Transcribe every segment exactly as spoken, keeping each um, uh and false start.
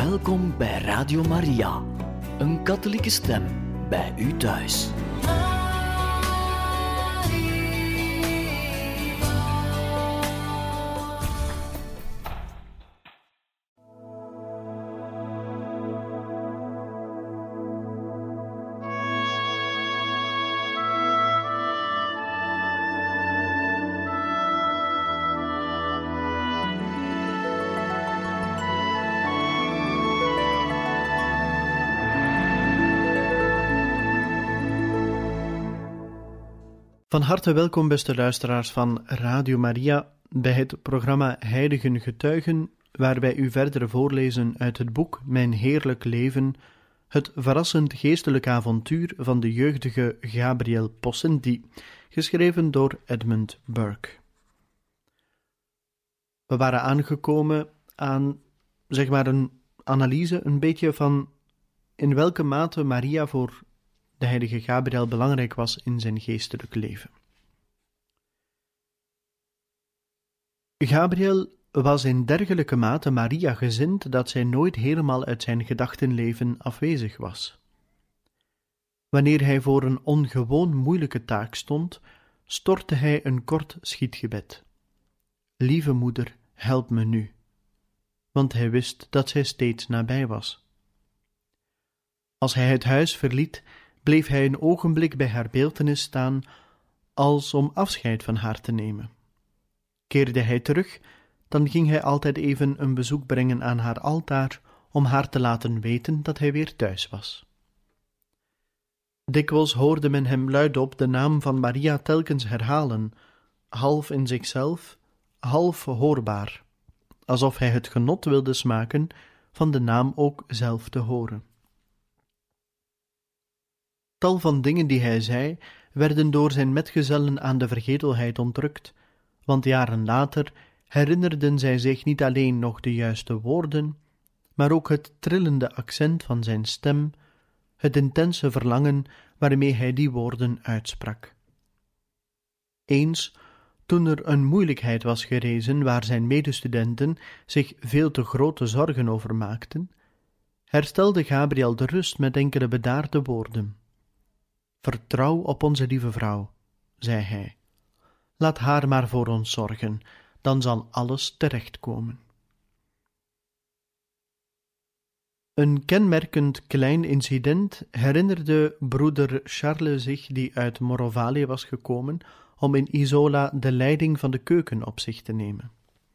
Welkom bij Radio Maria, een katholieke stem bij u thuis. Van harte welkom, beste luisteraars van Radio Maria, bij het programma Heiligen Getuigen, waar wij u verder voorlezen uit het boek Mijn Heerlijk Leven, het verrassend geestelijk avontuur van de jeugdige Gabriel Possenti, geschreven door Edmund Burke. We waren aangekomen aan, zeg maar, een analyse, een beetje van in welke mate Maria voor de heilige Gabriel belangrijk was in zijn geestelijk leven. Gabriel was in dergelijke mate Maria gezind dat zij nooit helemaal uit zijn gedachtenleven afwezig was. Wanneer hij voor een ongewoon moeilijke taak stond, stortte hij een kort schietgebed. Lieve moeder, help me nu, want hij wist dat zij steeds nabij was. Als hij het huis verliet, bleef hij een ogenblik bij haar beeltenis staan, als om afscheid van haar te nemen. Keerde hij terug, dan ging hij altijd even een bezoek brengen aan haar altaar, om haar te laten weten dat hij weer thuis was. Dikwijls hoorde men hem luidop de naam van Maria telkens herhalen, half in zichzelf, half hoorbaar, alsof hij het genot wilde smaken van de naam ook zelf te horen. Tal van dingen die hij zei, werden door zijn metgezellen aan de vergetelheid ontrukt, want jaren later herinnerden zij zich niet alleen nog de juiste woorden, maar ook het trillende accent van zijn stem, het intense verlangen waarmee hij die woorden uitsprak. Eens, toen er een moeilijkheid was gerezen waar zijn medestudenten zich veel te grote zorgen over maakten, herstelde Gabriel de rust met enkele bedaarde woorden. Vertrouw op onze lieve vrouw, zei hij. Laat haar maar voor ons zorgen, dan zal alles terechtkomen. Een kenmerkend klein incident herinnerde broeder Charles zich, die uit Morovalië was gekomen om in Isola de leiding van de keuken op zich te nemen.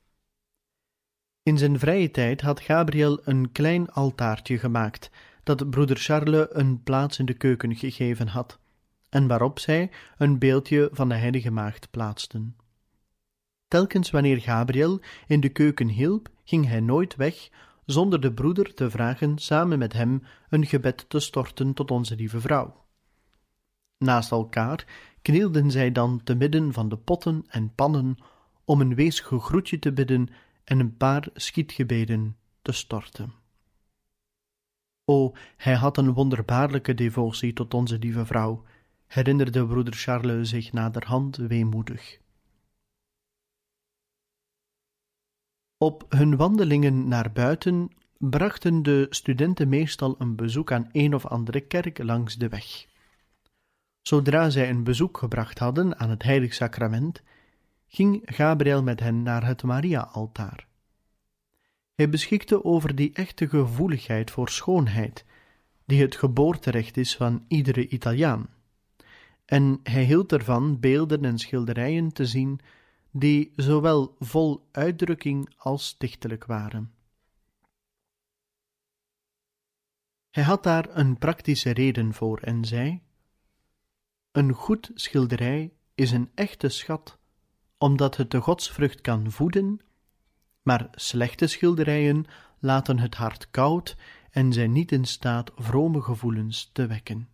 In zijn vrije tijd had Gabriel een klein altaartje gemaakt, dat broeder Charles een plaats in de keuken gegeven had, en waarop zij een beeldje van de heilige maagd plaatsten. Telkens wanneer Gabriel in de keuken hielp, ging hij nooit weg, zonder de broeder te vragen samen met hem een gebed te storten tot onze lieve vrouw. Naast elkaar knielden zij dan te midden van de potten en pannen om een weesig groetje te bidden en een paar schietgebeden te storten. O, hij had een wonderbaarlijke devotie tot onze lieve vrouw, herinnerde broeder Charles zich naderhand weemoedig. Op hun wandelingen naar buiten brachten de studenten meestal een bezoek aan een of andere kerk langs de weg. Zodra zij een bezoek gebracht hadden aan het heilig sacrament, ging Gabriel met hen naar het Maria-altaar. Hij beschikte over die echte gevoeligheid voor schoonheid, die het geboorterecht is van iedere Italiaan, en hij hield ervan beelden en schilderijen te zien die zowel vol uitdrukking als stichtelijk waren. Hij had daar een praktische reden voor en zei: een goed schilderij is een echte schat, omdat het de godsvrucht kan voeden, maar slechte schilderijen laten het hart koud en zijn niet in staat vrome gevoelens te wekken.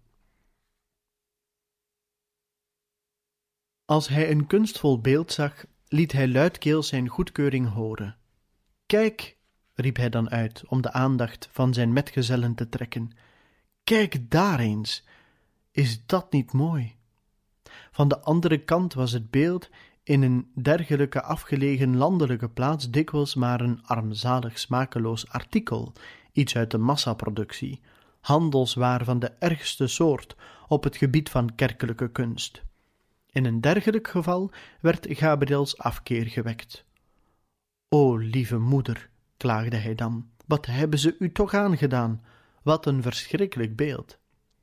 Als hij een kunstvol beeld zag, liet hij luidkeels zijn goedkeuring horen. Kijk, riep hij dan uit om de aandacht van zijn metgezellen te trekken. Kijk daar eens, is dat niet mooi? Van de andere kant was het beeld in een dergelijke afgelegen landelijke plaats dikwijls maar een armzalig smakeloos artikel, iets uit de massaproductie, handelswaar van de ergste soort op het gebied van kerkelijke kunst. In een dergelijk geval werd Gabriels afkeer gewekt. O, lieve moeder, klaagde hij dan, wat hebben ze u toch aangedaan? Wat een verschrikkelijk beeld.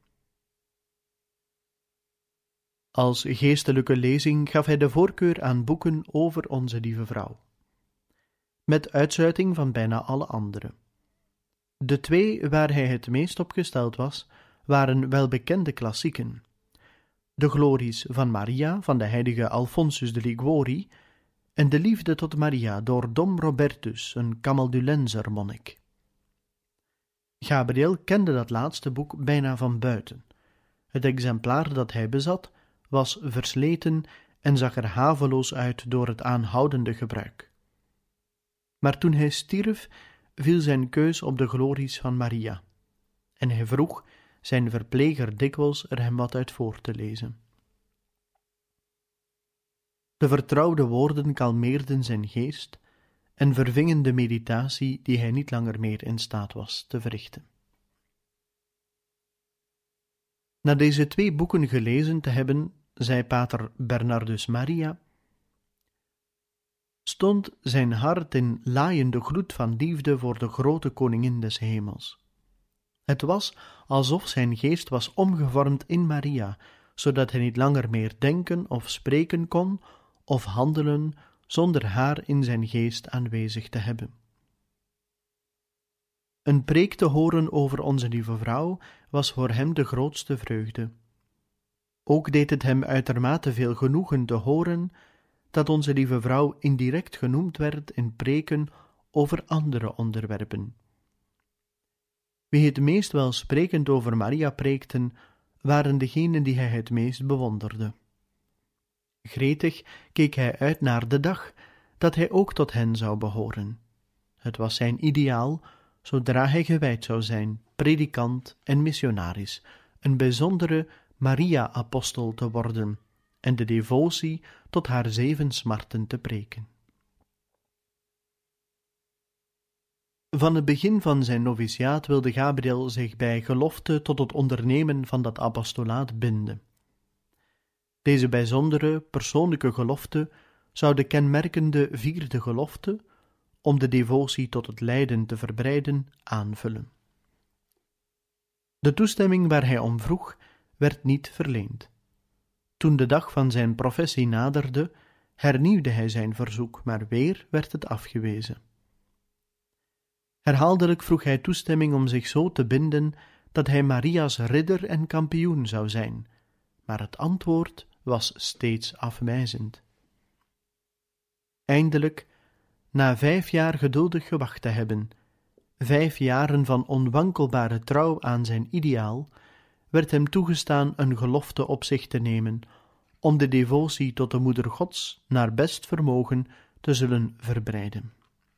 Als geestelijke lezing gaf hij de voorkeur aan boeken over Onze Lieve Vrouw, met uitsluiting van bijna alle andere. De twee waar hij het meest op gesteld was, waren welbekende klassieken: de glories van Maria van de heilige Alfonsus de Liguori en de liefde tot Maria door Dom Robertus, een Camaldulenser monnik. Gabriel kende dat laatste boek bijna van buiten. Het exemplaar dat hij bezat was versleten en zag er haveloos uit door het aanhoudende gebruik. Maar toen hij stierf, viel zijn keus op de glories van Maria, en hij vroeg zijn verpleger dikwijls er hem wat uit voor te lezen. De vertrouwde woorden kalmeerden zijn geest en vervingen de meditatie die hij niet langer meer in staat was te verrichten. Na deze twee boeken gelezen te hebben, zei pater Bernardus Maria, stond zijn hart in laaiende gloed van liefde voor de grote koningin des hemels. Het was alsof zijn geest was omgevormd in Maria, zodat hij niet langer meer denken of spreken kon of handelen zonder haar in zijn geest aanwezig te hebben. Een preek te horen over Onze Lieve Vrouw was voor hem de grootste vreugde. Ook deed het hem uitermate veel genoegen te horen dat Onze Lieve Vrouw indirect genoemd werd in preken over andere onderwerpen. Wie het meest welsprekend over Maria preekten, waren degenen die hij het meest bewonderde. Gretig keek hij uit naar de dag dat hij ook tot hen zou behoren. Het was zijn ideaal, zodra hij gewijd zou zijn, predikant en missionaris, een bijzondere Maria-apostel te worden en de devotie tot haar zeven smarten te preken. Van het begin van zijn noviciaat wilde Gabriel zich bij gelofte tot het ondernemen van dat apostolaat binden. Deze bijzondere, persoonlijke gelofte zou de kenmerkende vierde gelofte, om de devotie tot het lijden te verbreiden, aanvullen. De toestemming waar hij om vroeg, werd niet verleend. Toen de dag van zijn professie naderde, hernieuwde hij zijn verzoek, maar weer werd het afgewezen. Herhaaldelijk vroeg hij toestemming om zich zo te binden dat hij Maria's ridder en kampioen zou zijn, maar het antwoord was steeds afwijzend. Eindelijk, na vijf jaar geduldig gewacht te hebben, vijf jaren van onwankelbare trouw aan zijn ideaal, werd hem toegestaan een gelofte op zich te nemen, om de devotie tot de Moeder Gods naar best vermogen te zullen verbreiden.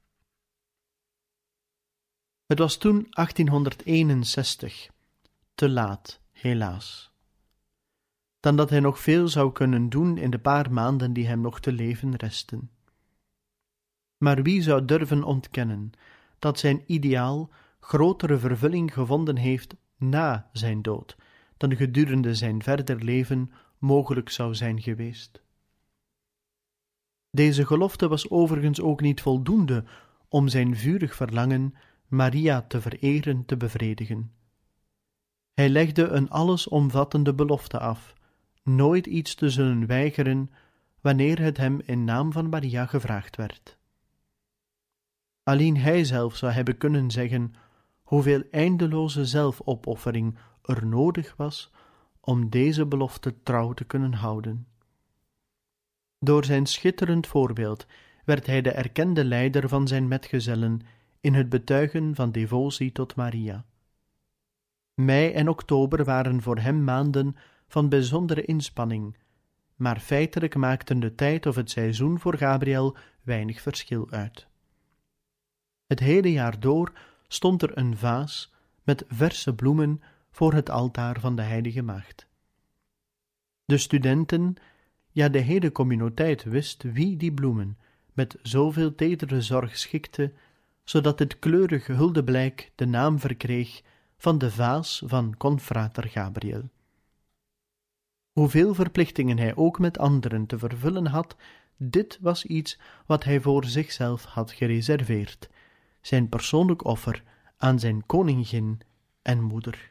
Het was toen achttienhonderdeenenzestig, te laat, helaas. Dan dat hij nog veel zou kunnen doen in de paar maanden die hem nog te leven resten. Maar wie zou durven ontkennen dat zijn ideaal grotere vervulling gevonden heeft na zijn dood, dan gedurende zijn verder leven mogelijk zou zijn geweest? Deze gelofte was overigens ook niet voldoende om zijn vurig verlangen Maria te vereren te bevredigen. Hij legde een allesomvattende belofte af, nooit iets te zullen weigeren wanneer het hem in naam van Maria gevraagd werd. Alleen hij zelf zou hebben kunnen zeggen hoeveel eindeloze zelfopoffering er nodig was om deze belofte trouw te kunnen houden. Door zijn schitterend voorbeeld werd hij de erkende leider van zijn metgezellen in het betuigen van devotie tot Maria. Mei en oktober waren voor hem maanden van bijzondere inspanning, maar feitelijk maakten de tijd of het seizoen voor Gabriel weinig verschil uit. Het hele jaar door stond er een vaas met verse bloemen voor het altaar van de Heilige Maagd. De studenten, ja de hele communiteit wist wie die bloemen met zoveel tedere zorg schikte, zodat dit kleurige huldeblijk de naam verkreeg van de vaas van confrater Gabriel. Hoeveel verplichtingen hij ook met anderen te vervullen had, dit was iets wat hij voor zichzelf had gereserveerd, zijn persoonlijk offer aan zijn koningin en moeder.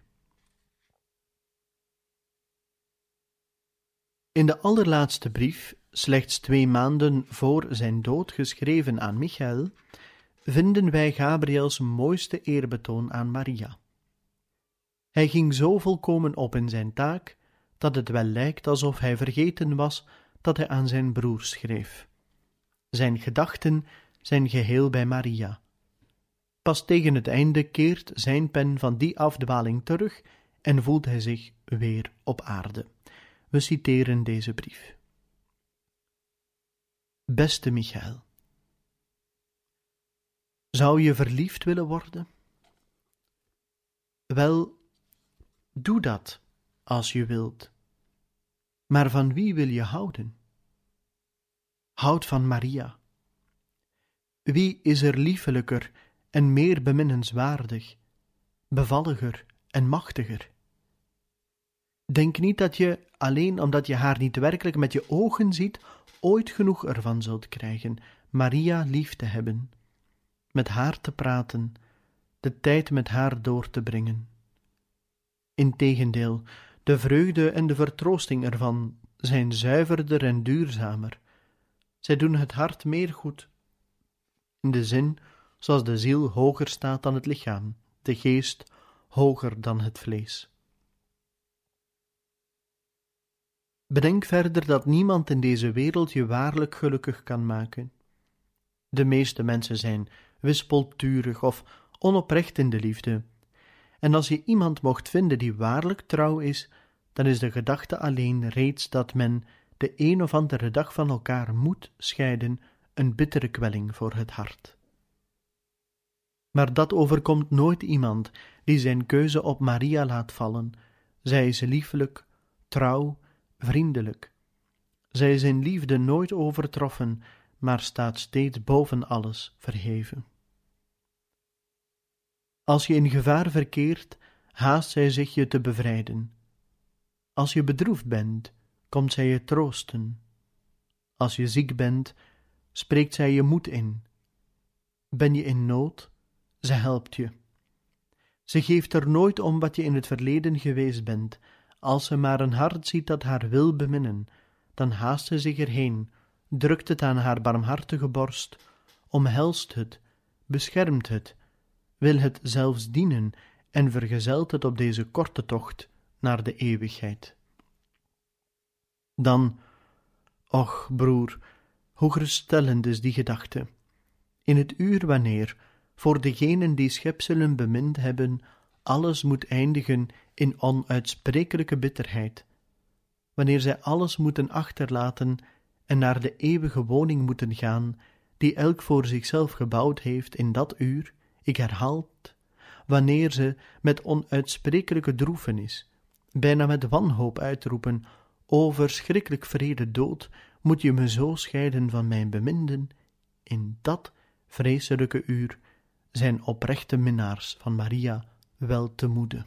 In de allerlaatste brief, slechts twee maanden voor zijn dood geschreven aan Michael, vinden wij Gabriels mooiste eerbetoon aan Maria. Hij ging zo volkomen op in zijn taak, dat het wel lijkt alsof hij vergeten was dat hij aan zijn broers schreef. Zijn gedachten zijn geheel bij Maria. Pas tegen het einde keert zijn pen van die afdwaling terug en voelt hij zich weer op aarde. We citeren deze brief. Beste Michael, zou je verliefd willen worden? Wel, doe dat, als je wilt. Maar van wie wil je houden? Houd van Maria. Wie is er liefelijker en meer beminnenswaardig, bevalliger en machtiger? Denk niet dat je, alleen omdat je haar niet werkelijk met je ogen ziet, ooit genoeg ervan zult krijgen Maria lief te hebben, met haar te praten, de tijd met haar door te brengen. Integendeel, de vreugde en de vertroosting ervan zijn zuiverder en duurzamer. Zij doen het hart meer goed, in de zin zoals de ziel hoger staat dan het lichaam, de geest hoger dan het vlees. Bedenk verder dat niemand in deze wereld je waarlijk gelukkig kan maken. De meeste mensen zijn wispelturig of onoprecht in de liefde, en als je iemand mocht vinden die waarlijk trouw is, dan is de gedachte alleen reeds dat men de een of andere dag van elkaar moet scheiden een bittere kwelling voor het hart. Maar dat overkomt nooit iemand die zijn keuze op Maria laat vallen. Zij is liefelijk, trouw, vriendelijk. Zij is in liefde nooit overtroffen, maar staat steeds boven alles verheven. Als je in gevaar verkeert, haast zij zich je te bevrijden. Als je bedroefd bent, komt zij je troosten. Als je ziek bent, spreekt zij je moed in. Ben je in nood, zij helpt je. Ze geeft er nooit om wat je in het verleden geweest bent. Als ze maar een hart ziet dat haar wil beminnen, dan haast ze zich erheen, drukt het aan haar barmhartige borst, omhelst het, beschermt het, wil het zelfs dienen en vergezelt het op deze korte tocht naar de eeuwigheid. Dan, och broer, hoe geruststellend is die gedachte, in het uur wanneer, voor degenen die schepselen bemind hebben, alles moet eindigen in onuitsprekelijke bitterheid, wanneer zij alles moeten achterlaten en naar de eeuwige woning moeten gaan, die elk voor zichzelf gebouwd heeft in dat uur, ik herhaal het, wanneer ze met onuitsprekelijke droefenis, bijna met wanhoop uitroepen, o verschrikkelijk wrede dood, moet je me zo scheiden van mijn beminden, in dat vreselijke uur zijn oprechte minnaars van Maria wel te moede.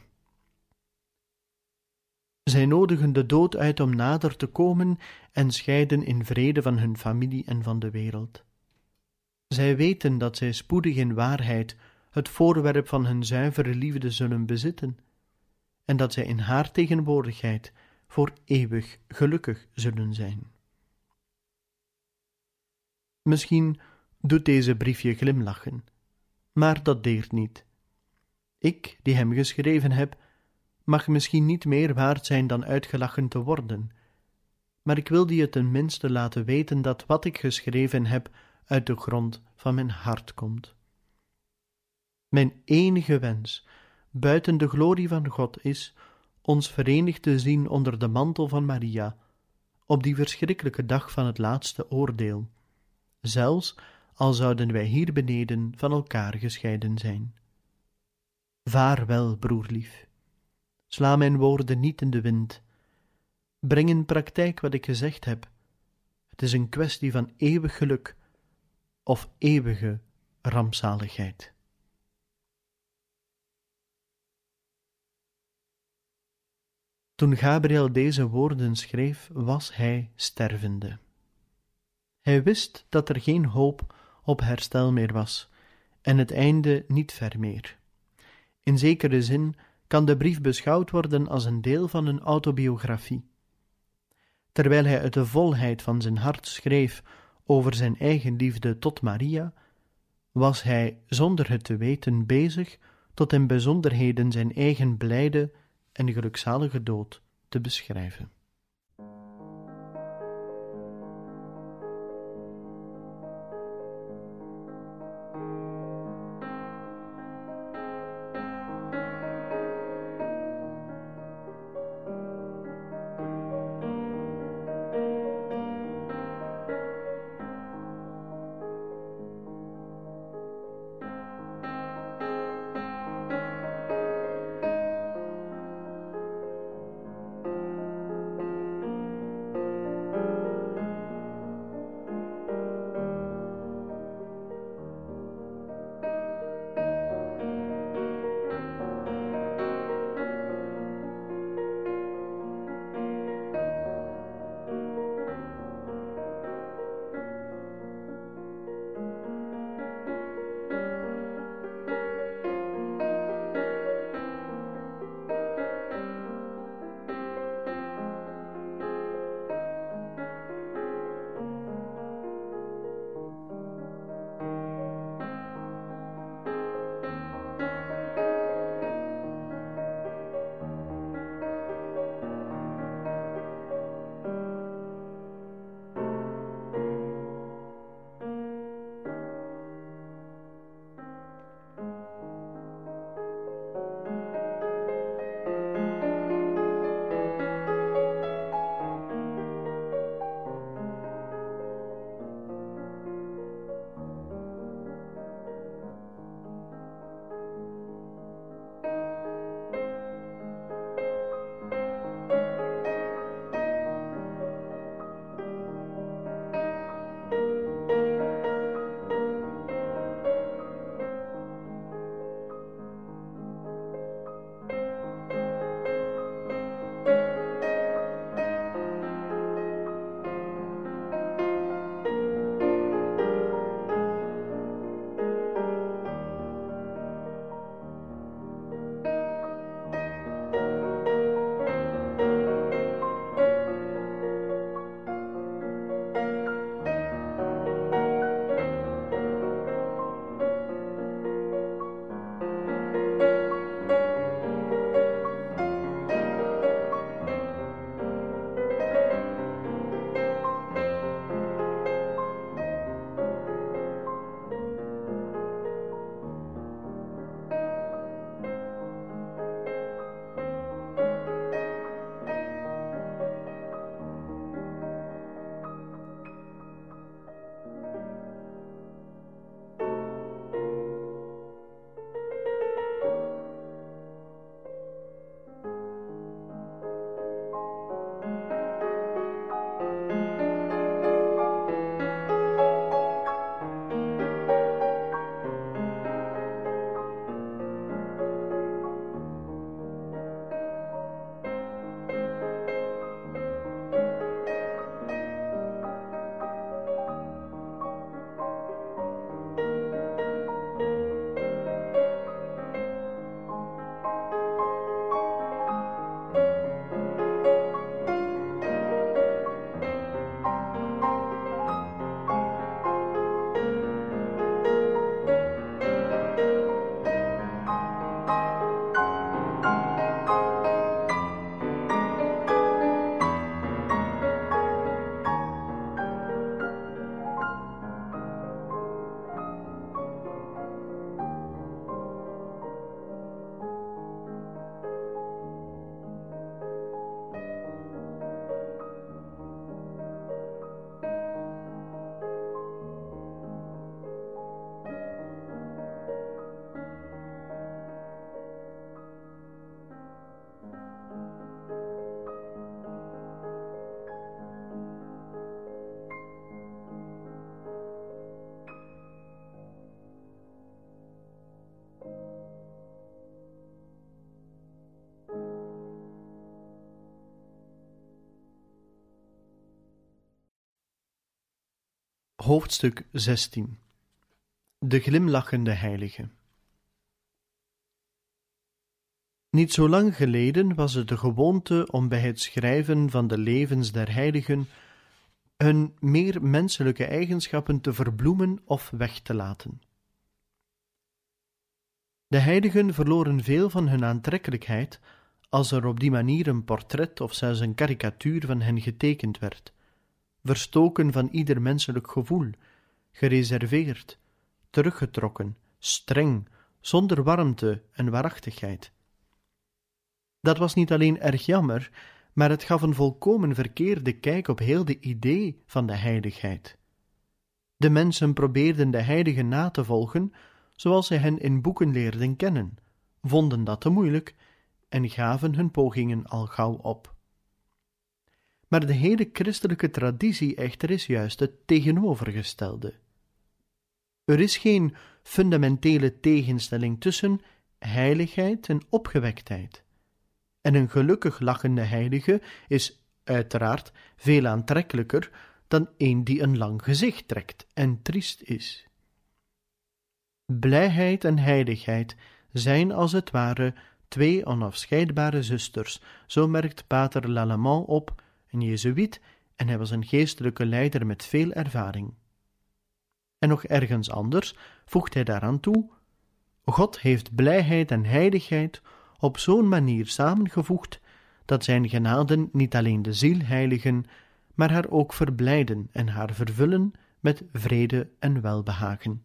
Zij nodigen de dood uit om nader te komen en scheiden in vrede van hun familie en van de wereld. Zij weten dat zij spoedig in waarheid het voorwerp van hun zuivere liefde zullen bezitten, en dat zij in haar tegenwoordigheid voor eeuwig gelukkig zullen zijn. Misschien doet deze brief je glimlachen, maar dat deert niet. Ik, die hem geschreven heb, mag misschien niet meer waard zijn dan uitgelachen te worden, maar ik wilde je ten minste laten weten dat wat ik geschreven heb uit de grond van mijn hart komt. Mijn enige wens, buiten de glorie van God, is ons verenigd te zien onder de mantel van Maria, op die verschrikkelijke dag van het laatste oordeel, zelfs al zouden wij hier beneden van elkaar gescheiden zijn. Vaarwel, broerlief. Sla mijn woorden niet in de wind. Breng in praktijk wat ik gezegd heb. Het is een kwestie van eeuwig geluk of eeuwige rampzaligheid. Toen Gabriel deze woorden schreef, was hij stervende. Hij wist dat er geen hoop op herstel meer was en het einde niet ver meer. In zekere zin kan de brief beschouwd worden als een deel van een autobiografie. Terwijl hij uit de volheid van zijn hart schreef over zijn eigen liefde tot Maria, was hij zonder het te weten bezig tot in bijzonderheden zijn eigen blijde en gelukzalige dood te beschrijven. Hoofdstuk zestien. De glimlachende heilige. Niet zo lang geleden was het de gewoonte om bij het schrijven van de levens der heiligen hun meer menselijke eigenschappen te verbloemen of weg te laten. De heiligen verloren veel van hun aantrekkelijkheid als er op die manier een portret of zelfs een karikatuur van hen getekend werd, verstoken van ieder menselijk gevoel, gereserveerd, teruggetrokken, streng, zonder warmte en waarachtigheid. Dat was niet alleen erg jammer, maar het gaf een volkomen verkeerde kijk op heel de idee van de heiligheid. De mensen probeerden de heiligen na te volgen, zoals zij hen in boeken leerden kennen, vonden dat te moeilijk en gaven hun pogingen al gauw op. Maar de hele christelijke traditie echter is juist het tegenovergestelde. Er is geen fundamentele tegenstelling tussen heiligheid en opgewektheid. En een gelukkig lachende heilige is uiteraard veel aantrekkelijker dan een die een lang gezicht trekt en triest is. Blijheid en heiligheid zijn als het ware twee onafscheidbare zusters, zo merkt pater Lallement op, een jezuïet, en hij was een geestelijke leider met veel ervaring. En nog ergens anders voegt hij daaraan toe: God heeft blijheid en heiligheid op zo'n manier samengevoegd dat zijn genaden niet alleen de ziel heiligen, maar haar ook verblijden en haar vervullen met vrede en welbehagen.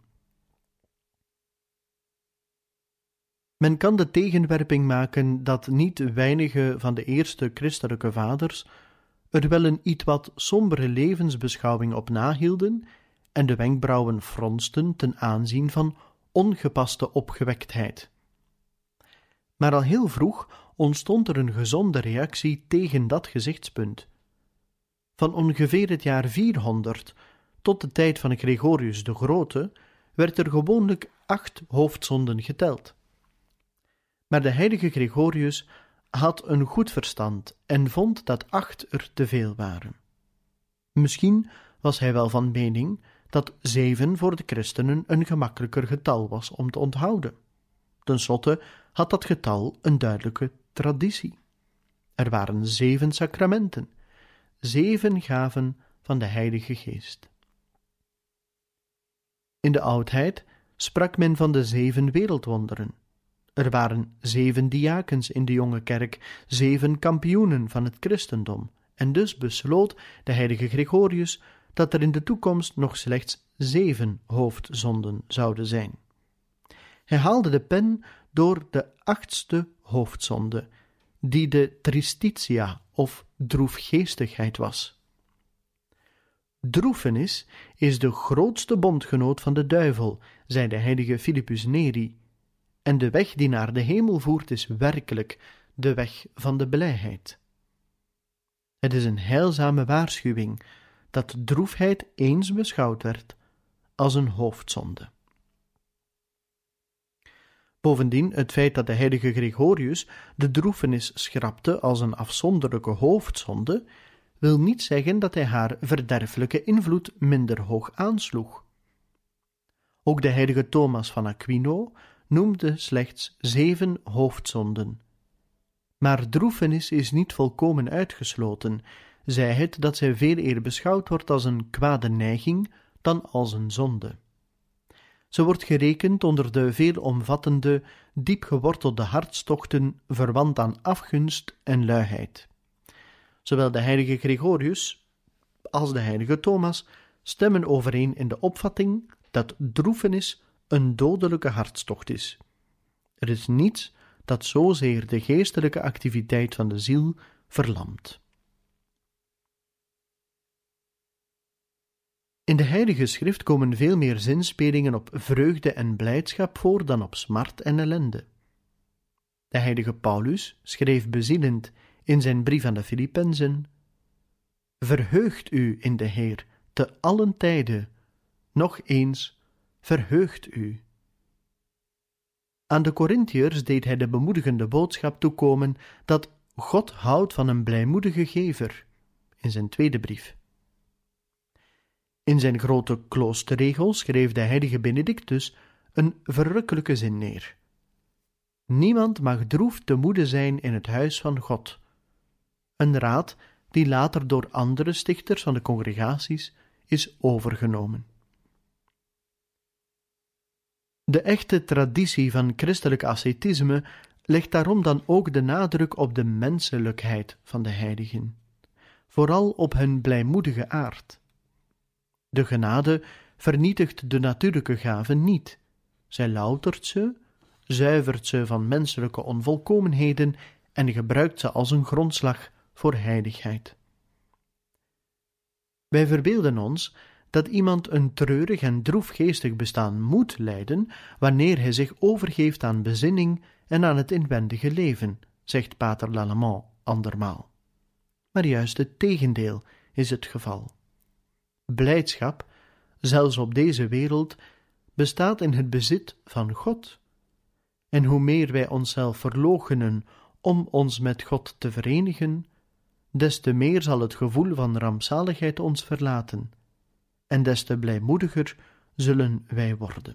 Men kan de tegenwerping maken dat niet weinige van de eerste christelijke vaders er wel een ietwat sombere levensbeschouwing op nahielden en de wenkbrauwen fronsten ten aanzien van ongepaste opgewektheid. Maar al heel vroeg ontstond er een gezonde reactie tegen dat gezichtspunt. Van ongeveer het jaar vierhonderd tot de tijd van Gregorius de Grote werd er gewoonlijk acht hoofdzonden geteld. Maar de heilige Gregorius had een goed verstand en vond dat acht er te veel waren. Misschien was hij wel van mening dat zeven voor de christenen een gemakkelijker getal was om te onthouden. Ten slotte had dat getal een duidelijke traditie. Er waren zeven sacramenten, zeven gaven van de Heilige Geest. In de oudheid sprak men van de zeven wereldwonderen. Er waren zeven diakens in de jonge kerk, zeven kampioenen van het christendom, en dus besloot de heilige Gregorius dat er in de toekomst nog slechts zeven hoofdzonden zouden zijn. Hij haalde de pen door de achtste hoofdzonde, die de tristitia of droefgeestigheid was. Droefenis is de grootste bondgenoot van de duivel, zei de heilige Philippus Neri, en de weg die naar de hemel voert is werkelijk de weg van de blijheid. Het is een heilzame waarschuwing dat droefheid eens beschouwd werd als een hoofdzonde. Bovendien, het feit dat de heilige Gregorius de droefenis schrapte als een afzonderlijke hoofdzonde, wil niet zeggen dat hij haar verderfelijke invloed minder hoog aansloeg. Ook de heilige Thomas van Aquino noemde slechts zeven hoofdzonden. Maar droefenis is niet volkomen uitgesloten, zij het dat zij veel eer beschouwd wordt als een kwade neiging dan als een zonde. Ze wordt gerekend onder de veelomvattende, diep gewortelde hartstochten verwant aan afgunst en luiheid. Zowel de heilige Gregorius als de heilige Thomas stemmen overeen in de opvatting dat droefenis een dodelijke hartstocht is. Er is niets dat zozeer de geestelijke activiteit van de ziel verlamt. In de Heilige Schrift komen veel meer zinspelingen op vreugde en blijdschap voor dan op smart en ellende. De heilige Paulus schreef bezielend in zijn brief aan de Filippenzen: Verheugt u in de Heer te allen tijden, nog eens verheugt u. Aan de Korintiërs deed hij de bemoedigende boodschap toekomen dat God houdt van een blijmoedige gever, in zijn tweede brief. In zijn grote kloosterregel schreef de heilige Benedictus een verrukkelijke zin neer. Niemand mag droef te moede zijn in het huis van God. Een raad die later door andere stichters van de congregaties is overgenomen. De echte traditie van christelijk ascetisme legt daarom dan ook de nadruk op de menselijkheid van de heiligen, vooral op hun blijmoedige aard. De genade vernietigt de natuurlijke gaven niet, zij loutert ze, zuivert ze van menselijke onvolkomenheden en gebruikt ze als een grondslag voor heiligheid. Wij verbeelden ons dat iemand een treurig en droefgeestig bestaan moet leiden wanneer hij zich overgeeft aan bezinning en aan het inwendige leven, zegt pater Lallemand andermaal. Maar juist het tegendeel is het geval. Blijdschap, zelfs op deze wereld, bestaat in het bezit van God. En hoe meer wij onszelf verloochenen om ons met God te verenigen, des te meer zal het gevoel van rampzaligheid ons verlaten, en des te blijmoediger zullen wij worden.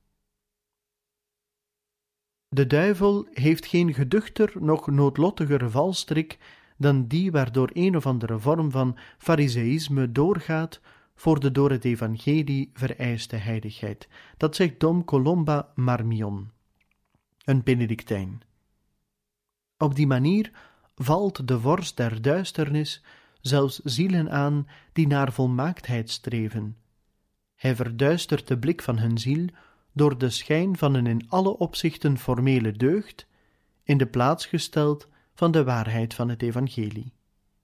De duivel heeft geen geduchter noch noodlottiger valstrik dan die waardoor een of andere vorm van fariseïsme doorgaat voor de door het evangelie vereiste heiligheid. Dat zegt Dom Colomba Marmion, een Benedictijn. Op die manier valt de vorst der duisternis zelfs zielen aan die naar volmaaktheid streven. Hij verduistert de blik van hun ziel door de schijn van een in alle opzichten formele deugd in de plaats gesteld van de waarheid van het evangelie.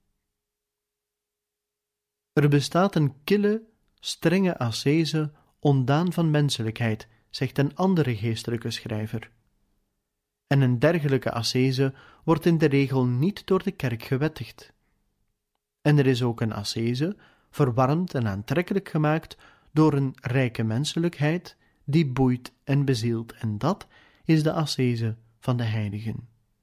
Er bestaat een kille, strenge ascese ontdaan van menselijkheid, zegt een andere geestelijke schrijver. En een dergelijke ascese wordt in de regel niet door de kerk gewettigd. En er is ook een ascese, verwarmd en aantrekkelijk gemaakt door een rijke menselijkheid die boeit en bezielt, en dat is de ascese van de heiligen.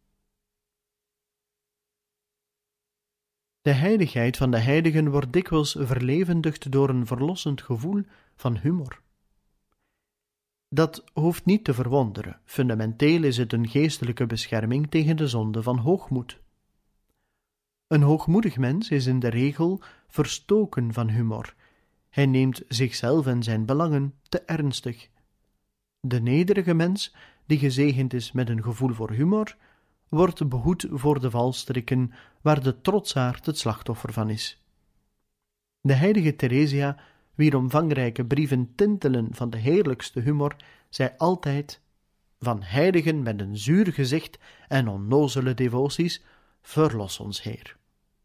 De heiligheid van de heiligen wordt dikwijls verlevendigd door een verlossend gevoel van humor. Dat hoeft niet te verwonderen. Fundamenteel is het een geestelijke bescherming tegen de zonde van hoogmoed. Een hoogmoedig mens is in de regel verstoken van humor. Hij neemt zichzelf en zijn belangen te ernstig. De nederige mens, die gezegend is met een gevoel voor humor, wordt behoed voor de valstrikken waar de trotsaard het slachtoffer van is. De heilige Theresia, wier omvangrijke brieven tintelen van de heerlijkste humor, zei altijd: van heiligen met een zuur gezicht en onnozele devoties, verlos ons, Heer.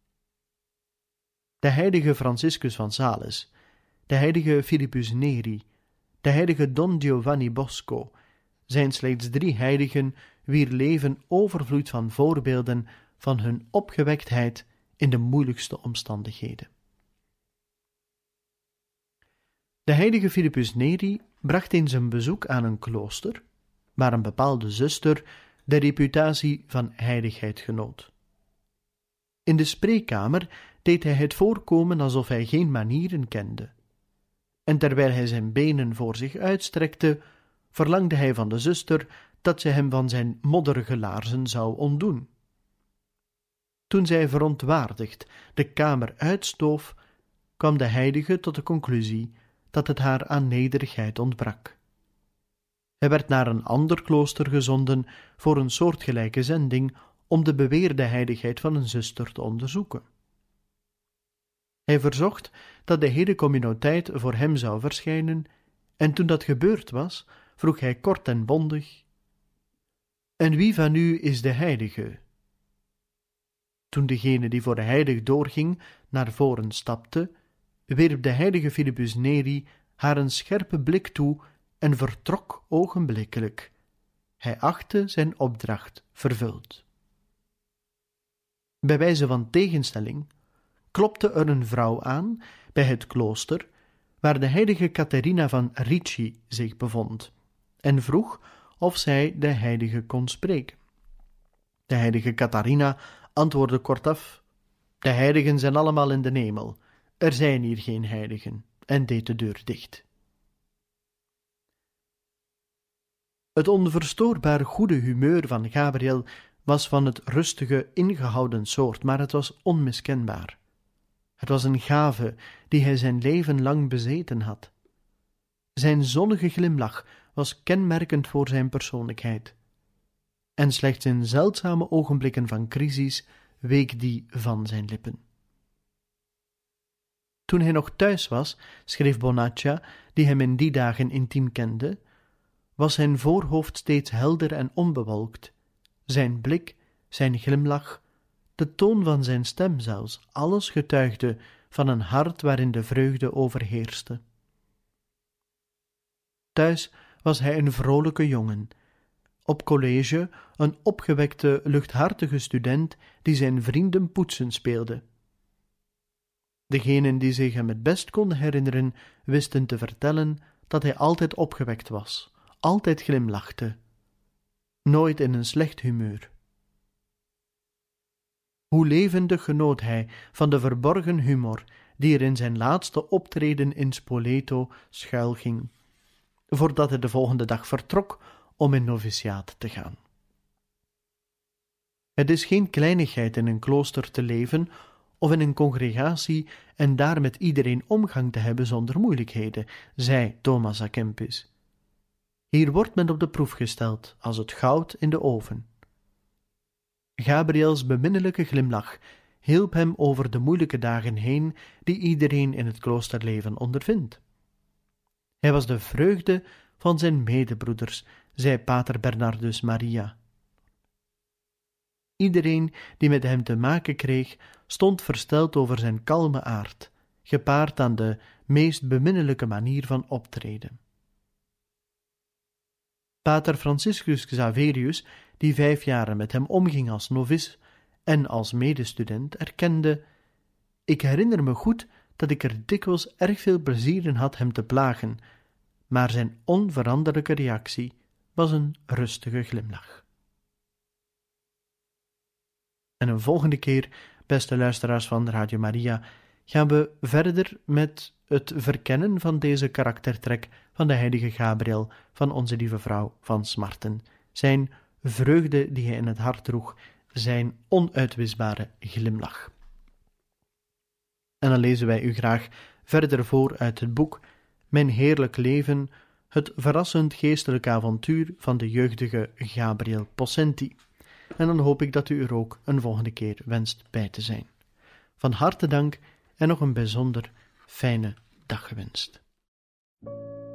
De heilige Franciscus van Sales, de heilige Philippus Neri, de heilige Don Giovanni Bosco zijn slechts drie heiligen wier leven overvloeit van voorbeelden van hun opgewektheid in de moeilijkste omstandigheden. De heilige Philippus Neri bracht eens een bezoek aan een klooster, waar een bepaalde zuster de reputatie van heiligheid genoot. In de spreekkamer deed hij het voorkomen alsof hij geen manieren kende, en terwijl hij zijn benen voor zich uitstrekte, verlangde hij van de zuster dat zij hem van zijn modderige laarzen zou ontdoen. Toen zij verontwaardigd de kamer uitstoof, kwam de heilige tot de conclusie dat het haar aan nederigheid ontbrak. Hij werd naar een ander klooster gezonden voor een soortgelijke zending om de beweerde heiligheid van een zuster te onderzoeken. Hij verzocht dat de hele communiteit voor hem zou verschijnen, en toen dat gebeurd was, vroeg hij kort en bondig: en wie van u is de heilige? Toen degene die voor de heilig doorging naar voren stapte, wierp de heilige Philippus Neri haar een scherpe blik toe en vertrok ogenblikkelijk. Hij achtte zijn opdracht vervuld. Bij wijze van tegenstelling klopte er een vrouw aan bij het klooster waar de heilige Catharina van Ricci zich bevond, en vroeg of zij de heilige kon spreken. De heilige Catharina antwoordde kortaf: de heiligen zijn allemaal in de hemel, er zijn hier geen heiligen, en deed de deur dicht. Het onverstoorbaar goede humeur van Gabriel was van het rustige, ingehouden soort, maar het was onmiskenbaar. Het was een gave die hij zijn leven lang bezeten had. Zijn zonnige glimlach was kenmerkend voor zijn persoonlijkheid. En slechts in zeldzame ogenblikken van crisis week die van zijn lippen. Toen hij nog thuis was, schreef Bonaccia, die hem in die dagen intiem kende, was zijn voorhoofd steeds helder en onbewolkt, zijn blik, zijn glimlach, de toon van zijn stem zelfs, alles getuigde van een hart waarin de vreugde overheerste. Thuis was hij een vrolijke jongen, op college een opgewekte, luchthartige student die zijn vrienden poetsen speelde. Degenen die zich hem het best konden herinneren, wisten te vertellen dat hij altijd opgewekt was, altijd glimlachte, nooit in een slecht humeur. Hoe levendig genoot hij van de verborgen humor die er in zijn laatste optreden in Spoleto schuilging, voordat hij de volgende dag vertrok om in noviciaat te gaan. Het is geen kleinigheid in een klooster te leven of in een congregatie en daar met iedereen omgang te hebben zonder moeilijkheden, zei Thomas à Kempis. Hier wordt men op de proef gesteld, als het goud in de oven. Gabriels beminnelijke glimlach hielp hem over de moeilijke dagen heen die iedereen in het kloosterleven ondervindt. Hij was de vreugde van zijn medebroeders, zei pater Bernardus Maria. Iedereen die met hem te maken kreeg, stond versteld over zijn kalme aard, gepaard aan de meest beminnelijke manier van optreden. Pater Franciscus Xaverius, die vijf jaren met hem omging als novice en als medestudent, erkende: ik herinner me goed dat ik er dikwijls erg veel plezier in had hem te plagen, maar zijn onveranderlijke reactie was een rustige glimlach. En een volgende keer, beste luisteraars van Radio Maria, gaan we verder met het verkennen van deze karaktertrek van de heilige Gabriel, van onze lieve vrouw van Smarten, zijn vreugde die hij in het hart droeg, zijn onuitwisbare glimlach. En dan lezen wij u graag verder voor uit het boek Mijn heerlijk leven, het verrassend geestelijk avontuur van de jeugdige Gabriel Possenti. En dan hoop ik dat u er ook een volgende keer wenst bij te zijn. Van harte dank en nog een bijzonder fijne dag gewenst.